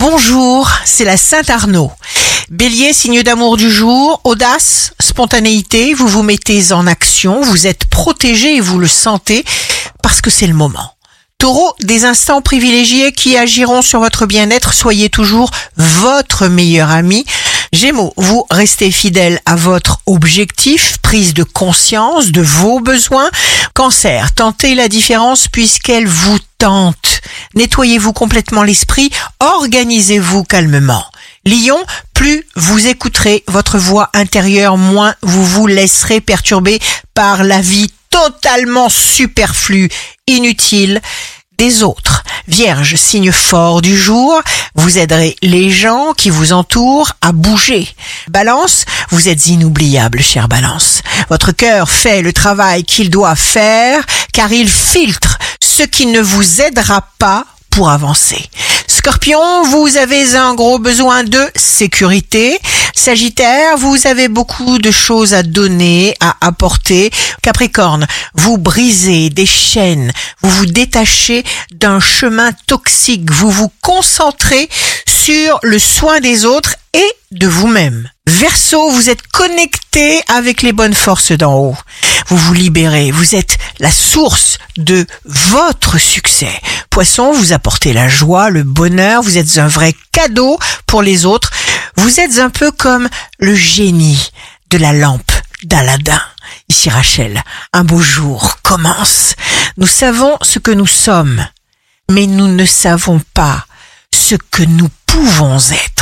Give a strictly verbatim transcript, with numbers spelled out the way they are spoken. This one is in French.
Bonjour, c'est la Saint-Arnaud. Bélier, signe d'amour du jour, audace, spontanéité, vous vous mettez en action, vous êtes protégé et vous le sentez parce que c'est le moment. Taureau, des instants privilégiés qui agiront sur votre bien-être, soyez toujours votre meilleur ami. Gémeaux, vous restez fidèle à votre objectif, prise de conscience de vos besoins. Cancer, tentez la différence puisqu'elle vous tente. Nettoyez-vous complètement l'esprit, organisez-vous calmement. Lion, plus vous écouterez votre voix intérieure, moins vous vous laisserez perturber par la vie totalement superflue, inutile des autres. Vierge, signe fort du jour, vous aiderez les gens qui vous entourent à bouger. Balance, vous êtes inoubliable, chère Balance. Votre cœur fait le travail qu'il doit faire, car il filtre ce qui ne vous aidera pas pour avancer. Scorpion, vous avez un gros besoin de sécurité. Sagittaire, vous avez beaucoup de choses à donner, à apporter. Capricorne, vous brisez des chaînes, vous vous détachez d'un chemin toxique, vous vous concentrez sur le soin des autres et de vous-même. Verseau, vous êtes connecté avec les bonnes forces d'en haut. Vous vous libérez, vous êtes la source de votre succès. Poisson, vous apportez la joie, le bonheur, vous êtes un vrai cadeau pour les autres. Vous êtes un peu comme le génie de la lampe d'Aladin. Ici Rachel, un beau jour commence. Nous savons ce que nous sommes, mais nous ne savons pas ce que nous pouvons être.